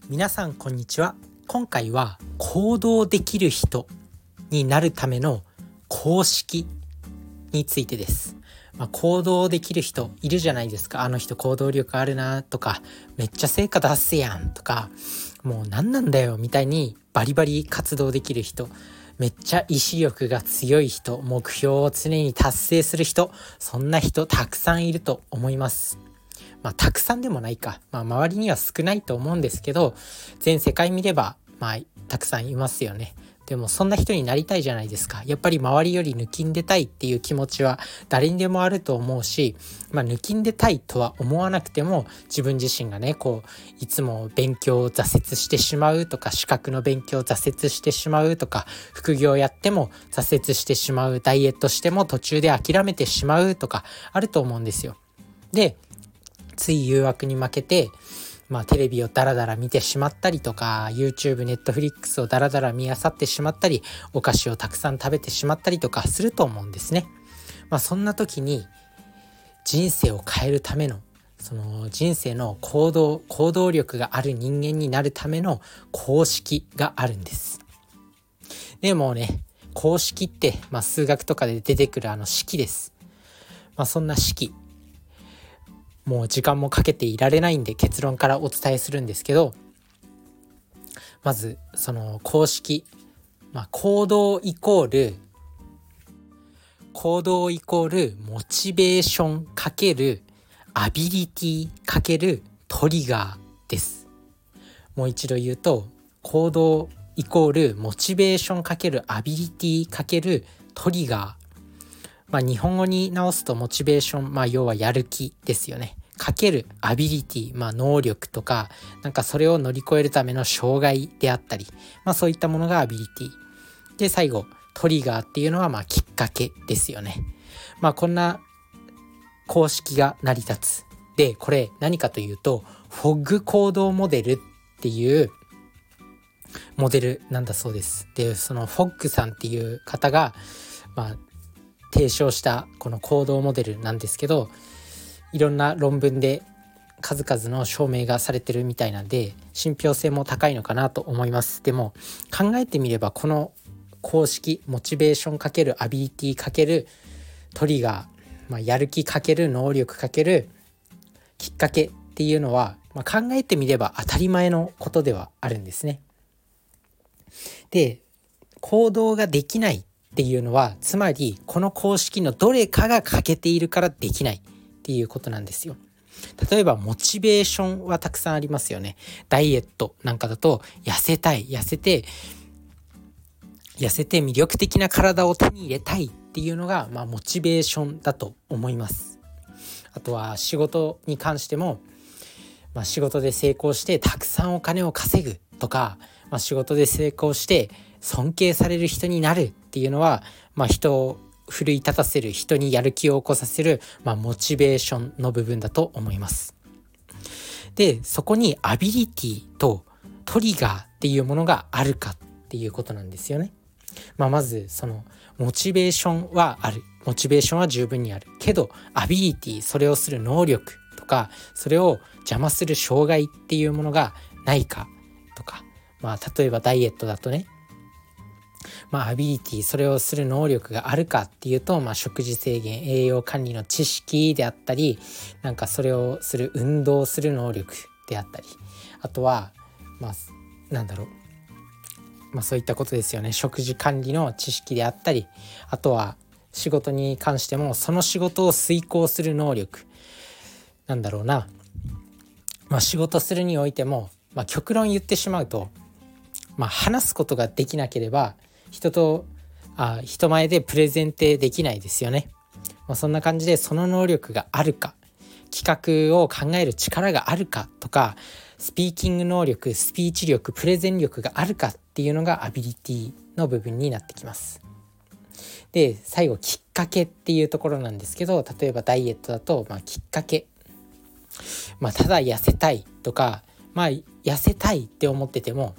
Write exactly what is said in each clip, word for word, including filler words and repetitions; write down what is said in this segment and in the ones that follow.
皆さんこんにちは。今回は行動できる人になるための公式についてです。まあ、行動できる人いるじゃないですか。あの人行動力あるなとか、めっちゃ成果出すやんとか、もう何なんだよみたいにバリバリ活動できる人、めっちゃ意志力が強い人、目標を常に達成する人、そんな人たくさんいると思います。まあたくさんでもないか、まあ周りには少ないと思うんですけど、全世界見ればまあたくさんいますよね。でもそんな人になりたいじゃないですか。やっぱり周りより抜きんでたいっていう気持ちは誰にでもあると思うし、まあ抜きんでたいとは思わなくても、自分自身がねこういつも勉強を挫折してしまうとか、資格の勉強を挫折してしまうとか、副業やっても挫折してしまう、ダイエットしても途中で諦めてしまうとかあると思うんですよ。でつい誘惑に負けて、まあ、テレビをダラダラ見てしまったりとか、 YouTube、Netflix をダラダラ見漁ってしまったり、お菓子をたくさん食べてしまったりとかすると思うんですね。まあ、そんな時に人生を変えるための、その人生の行動行動力がある人間になるための公式があるんです。でもね、公式って、まあ、数学とかで出てくるあの式です。まあ、そんな式、もう時間もかけていられないんで結論からお伝えするんですけど、まずその公式、まあ、行動イコール行動イコールモチベーションかけるアビリティかけるトリガーです。もう一度言うと、行動イコールモチベーションかけるアビリティかけるトリガー、まあ、日本語に直すとモチベーション、まあ、要はやる気ですよね。かけるアビリティ、まあ、能力とか、なんかそれを乗り越えるための障害であったり、まあ、そういったものがアビリティで、最後トリガーっていうのはまあきっかけですよね。まあこんな公式が成り立つ。でこれ何かというと、フォッグ行動モデルっていうモデルなんだそうです。でそのフォッグさんっていう方がまあ提唱したこの行動モデルなんですけど、いろんな論文で数々の証明がされてるみたいなんで、信憑性も高いのかなと思います。でも考えてみれば、この公式、モチベーションかけるアビリティかけるトリガー、まあ、やる気かける能力かけるきっかけっていうのは、まあ、考えてみれば当たり前のことではあるんですね。で行動ができないっていうのは、つまりこの公式のどれかが欠けているからできないっていうことなんですよ。例えばモチベーションはたくさんありますよね。ダイエットなんかだと、痩せたい痩せて痩せて魅力的な体を手に入れたいっていうのが、まあ、モチベーションだと思います。あとは仕事に関しても、まあ、仕事で成功してたくさんお金を稼ぐとか、まあ、仕事で成功して尊敬される人になるっていうのは、まあ、人を奮い立たせる、人にやる気を起こさせる、まあ、モチベーションの部分だと思います。でそこにアビリティとトリガーっていうものがあるかっていうことなんですよね。まあ、まずそのモチベーションはある、モチベーションは十分にあるけど、アビリティ、それをする能力とか、それを邪魔する障害っていうものがないかとか、まあ例えばダイエットだとね、まあアビリティ、それをする能力があるかっていうと、まあ食事制限、栄養管理の知識であったり、なんかそれをする運動する能力であったり、あとはまあなんだろうまあそういったことですよね。食事管理の知識であったり、あとは仕事に関してもその仕事を遂行する能力、なんだろうなまあ仕事するにおいても、まあ極論言ってしまうと、まあ話すことができなければ人とあ人前でプレゼンテできないですよね。まあ、そんな感じで、その能力があるか、企画を考える力があるかとか、スピーキング能力、スピーチ力、プレゼン力があるかっていうのがアビリティの部分になってきます。で最後きっかけっていうところなんですけど、例えばダイエットだと、まあ、きっかけ、まあ、ただ痩せたいとか、まあ痩せたいって思ってても、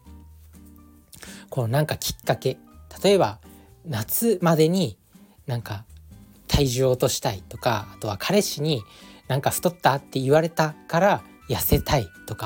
こうなんかきっかけ、例えば夏までになんか体重を落としたいとか、あとは彼氏になんか太ったって言われたから痩せたいとか、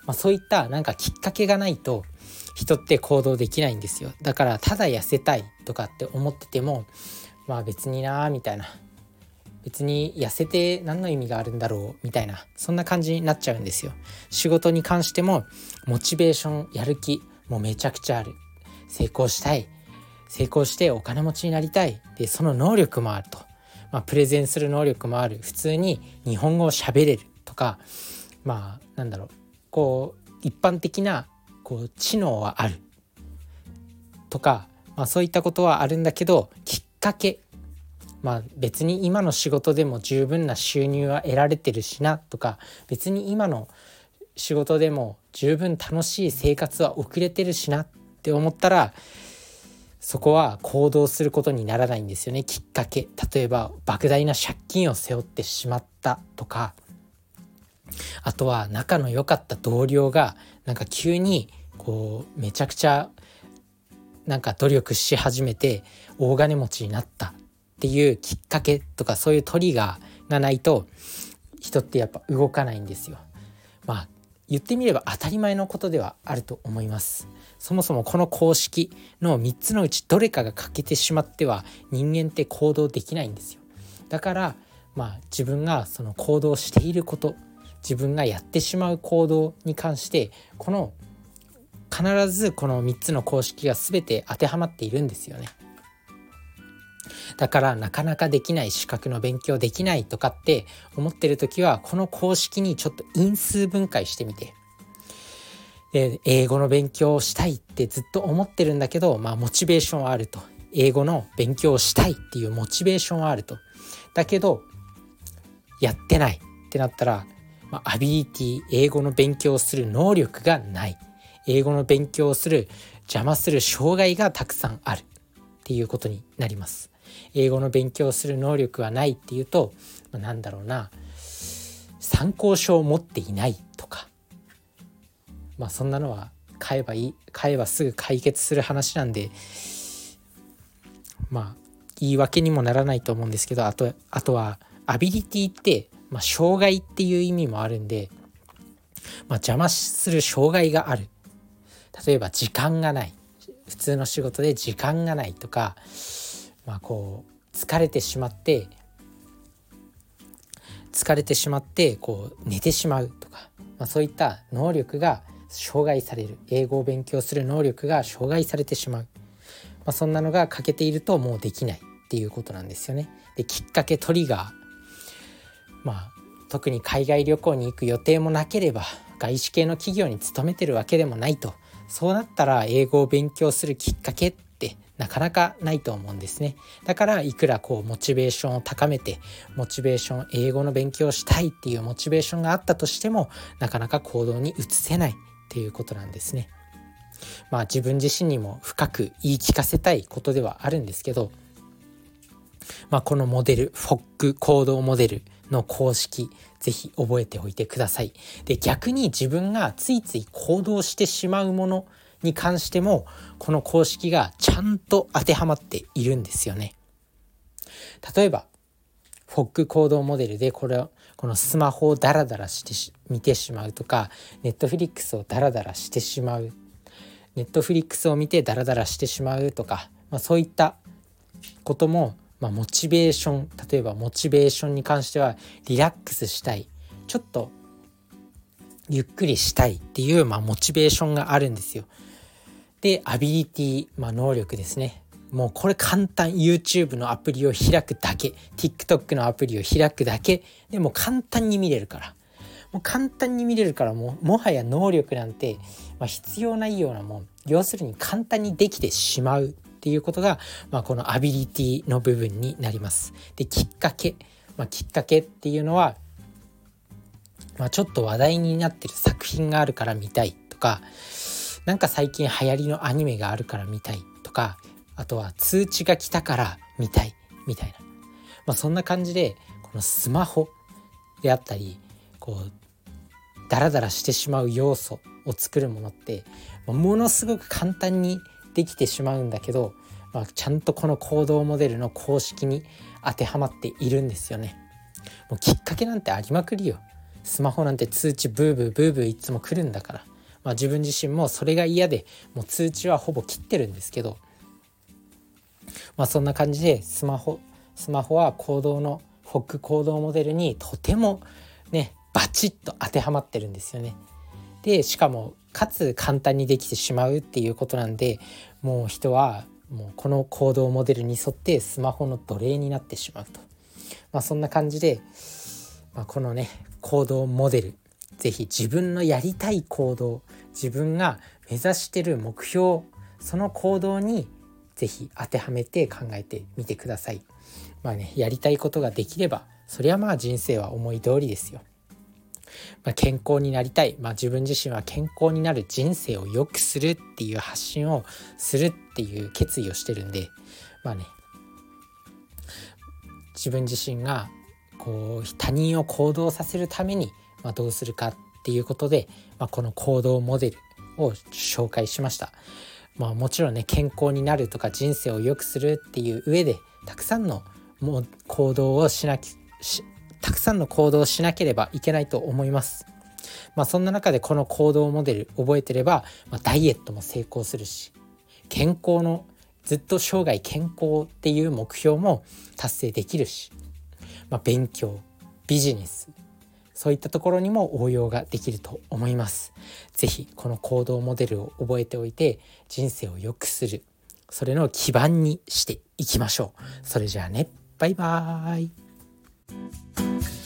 まあ、そういったなんかきっかけがないと人って行動できないんですよ。だからただ痩せたいとかって思ってても、まあ別になーみたいな、別に痩せて何の意味があるんだろうみたいな、そんな感じになっちゃうんですよ。仕事に関してもモチベーション、やる気もうめちゃくちゃある、成功したい、成功してお金持ちになりたい、でその能力もあると、まあ、プレゼンする能力もある、普通に日本語を喋れるとか、まあなんだろう、こう一般的なこう知能はあるとか、まあ、そういったことはあるんだけど、きっかけ、まあ別に今の仕事でも十分な収入は得られてるしなとか、別に今の仕事でも十分楽しい生活は送れてるしなって思ったら、そこは行動することにならないんですよね。きっかけ、例えば莫大な借金を背負ってしまったとか、あとは仲の良かった同僚がなんか急にこうめちゃくちゃなんか努力し始めて大金持ちになったっていうきっかけとか、そういうトリガーがないと人ってやっぱ動かないんですよ。まあ言ってみれば当たり前のことではあると思います。そもそもこの公式のみっつのうちどれかが欠けてしまっては人間って行動できないんですよ。だからまあ自分がその行動していること、自分がやってしまう行動に関してこの必ずこのみっつの公式が全て当てはまっているんですよね。だからなかなかできない、資格の勉強できないとかって思ってる時は、この公式にちょっと因数分解してみて、で英語の勉強をしたいってずっと思ってるんだけど、まあモチベーションはあると、英語の勉強をしたいっていうモチベーションはあると、だけどやってないってなったら、まあ、アビリティ、英語の勉強をする能力がない、英語の勉強をする邪魔する障害がたくさんあるっていうことになります。英語の勉強をする能力はないっていうと、なんだろうな、参考書を持っていないとか、まあそんなのは買えばいい、買えばすぐ解決する話なんで、まあ言い訳にもならないと思うんですけど、あとあとはアビリティって、まあ、障害っていう意味もあるんで、まあ、邪魔する障害がある。例えば時間がない、普通の仕事で時間がないとか、まあこう疲れてしまって疲れてしまってこう寝てしまうとか、まあ、そういった能力が障害される、英語を勉強する能力が障害されてしまう、まあ、そんなのが欠けているともうできないっていうことなんですよね。できっかけ、トリガー、まあ特に海外旅行に行く予定もなければ、外資系の企業に勤めてるわけでもないと、そうなったら英語を勉強するきっかけってなかなかないと思うんですね。だからいくらこうモチベーションを高めて、モチベーション、英語の勉強をしたいっていうモチベーションがあったとしても、なかなか行動に移せないっていうことなんですね。まあ自分自身にも深く言い聞かせたいことではあるんですけど、まあこのモデル、フォック行動モデルの公式、ぜひ覚えておいてください。で逆に自分がついつい行動してしまうものに関しても、この公式がちゃんと当てはまっているんですよね。例えばフォック行動モデルで、これをこのスマホをダラダラしてし見てしまうとか、ネットフリックスをダラダラしてしまう、ネットフリックスを見てダラダラしてしまうとか、まあ、そういったことも、まあ、モチベーション、例えばモチベーションに関してはリラックスしたい、ちょっとゆっくりしたいっていう、まあ、モチベーションがあるんですよ。でアビリティ、まあ、能力ですね。もうこれ簡単、 YouTube のアプリを開くだけ、 TikTok のアプリを開くだけでもう簡単に見れるから、もう簡単に見れるから、もうもはや能力なんて、まあ、必要ないようなもん、要するに簡単にできてしまうっていうことが、まあ、このアビリティの部分になります。できっかけ、まあ、きっかけっていうのは、まあ、ちょっと話題になってる作品があるから見たいとか、なんか最近流行りのアニメがあるから見たいとか、あとは通知が来たから見たいみたいな、まあ、そんな感じで、このスマホであったり、こうダラダラしてしまう要素を作るものって、ものすごく簡単にできてしまうんだけど、まあ、ちゃんとこの行動モデルの公式に当てはまっているんですよね。もうきっかけなんてありまくりよ。 スマホなんて通知ブーブーブーブーいつも来るんだから、まあ、自分自身もそれが嫌でもう通知はほぼ切ってるんですけど、まあそんな感じでスマホスマホは行動のフォック行動モデルにとてもねバチッと当てはまってるんですよね。でしかもかつ簡単にできてしまうっていうことなんで、もう人はもうこの行動モデルに沿ってスマホの奴隷になってしまうと、まあ、そんな感じで、まあ、このね行動モデル、ぜひ自分のやりたい行動、自分が目指してる目標、その行動にぜひ当てはめて考えてみてください。まあね、やりたいことができればそりゃまあ人生は思い通りですよ。まあ、健康になりたい、まあ、自分自身は健康になる、人生を良くするっていう発信をするっていう決意をしてるんで、まあね自分自身がこう他人を行動させるために、まあ、どうするかっていうことで、まあ、この行動モデルを紹介しました。まあ、もちろんね健康になるとか人生を良くするっていう上でたくさんのもう行動をしなきしたくさんの行動をしなければいけないと思います。まあそんな中でこの行動モデル覚えてれば、まあ、ダイエットも成功するし、健康のずっと生涯健康っていう目標も達成できるし、まあ、勉強、ビジネス、そういったところにも応用ができると思います。ぜひこの行動モデルを覚えておいて人生を良くする、それの基盤にしていきましょう。それじゃあね、バイバーイ。